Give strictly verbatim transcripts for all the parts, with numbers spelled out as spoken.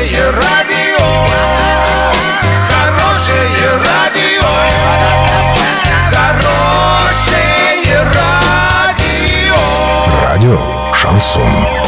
Хорошее радио, хорошее радио, хорошее радио. Радио Шансон.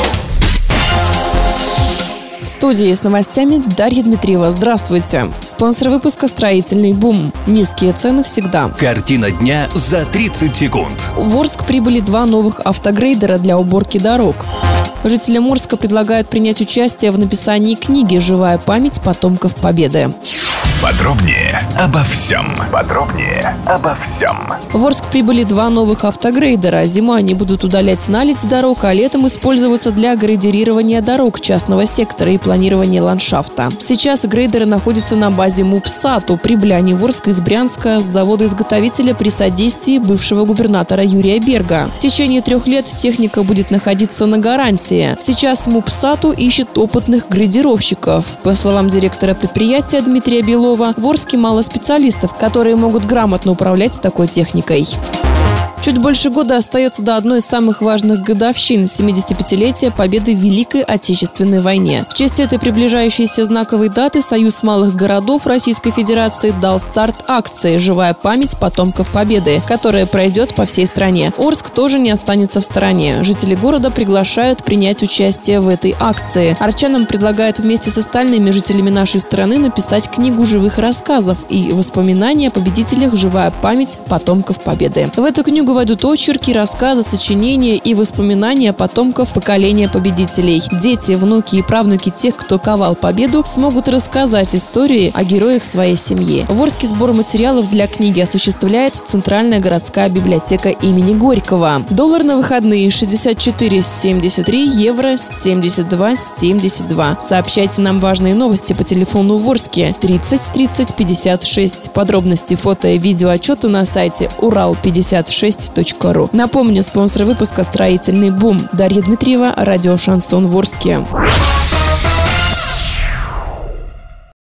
В студии с новостями Дарья Дмитриева. Здравствуйте. Спонсор выпуска «Строительный бум». Низкие цены всегда. Картина дня за тридцать секунд. В Орск прибыли два новых автогрейдера для уборки дорог. Жителям Орска предлагают принять участие в написании книги «Живая память потомков Победы». Подробнее обо всем. Подробнее обо всем. В Орск прибыли два новых автогрейдера. Зимой они будут удалять наледь с дорог, а летом использоваться для грейдерирования дорог частного сектора и планирования ландшафта. Сейчас грейдеры находятся на базе МУП-САТУ. Прибыли они в Орск из Брянска с завода-изготовителя при содействии бывшего губернатора Юрия Берга. В течение трех лет техника будет находиться на гарантии. Сейчас МУП-САТУ ищет опытных грейдировщиков. По словам директора предприятия Дмитрия Белова, в Орске мало специалистов, которые могут грамотно управлять такой техникой. Чуть больше года остается до одной из самых важных годовщин – семидесятипятилетия победы в Великой Отечественной войне. В честь этой приближающейся знаковой даты Союз малых городов Российской Федерации дал старт акции «Живая память потомков Победы», которая пройдет по всей стране. Орск тоже не останется в стороне. Жители города приглашают принять участие в этой акции. Арчанам предлагают вместе с остальными жителями нашей страны написать книгу живых рассказов и воспоминаний о победителях «Живая память потомков Победы». В эту книгу войдут очерки, рассказы, сочинения и воспоминания потомков поколения победителей. Дети, внуки и правнуки тех, кто ковал победу, смогут рассказать истории о героях своей семьи. В Орске сбор материалов для книги осуществляет Центральная городская библиотека имени Горького. Доллар на выходные шестьдесят четыре семьдесят три, евро семьдесят два семьдесят два. Сообщайте нам важные новости по телефону в Орске тридцать тридцать пятьдесят шесть. Подробности, фото и видео отчеты на сайте урал пятьдесят шесть точка ру. Напомню, спонсор выпуска «Строительный бум». Дарья Дмитриева, радио «Шансон» в Орске.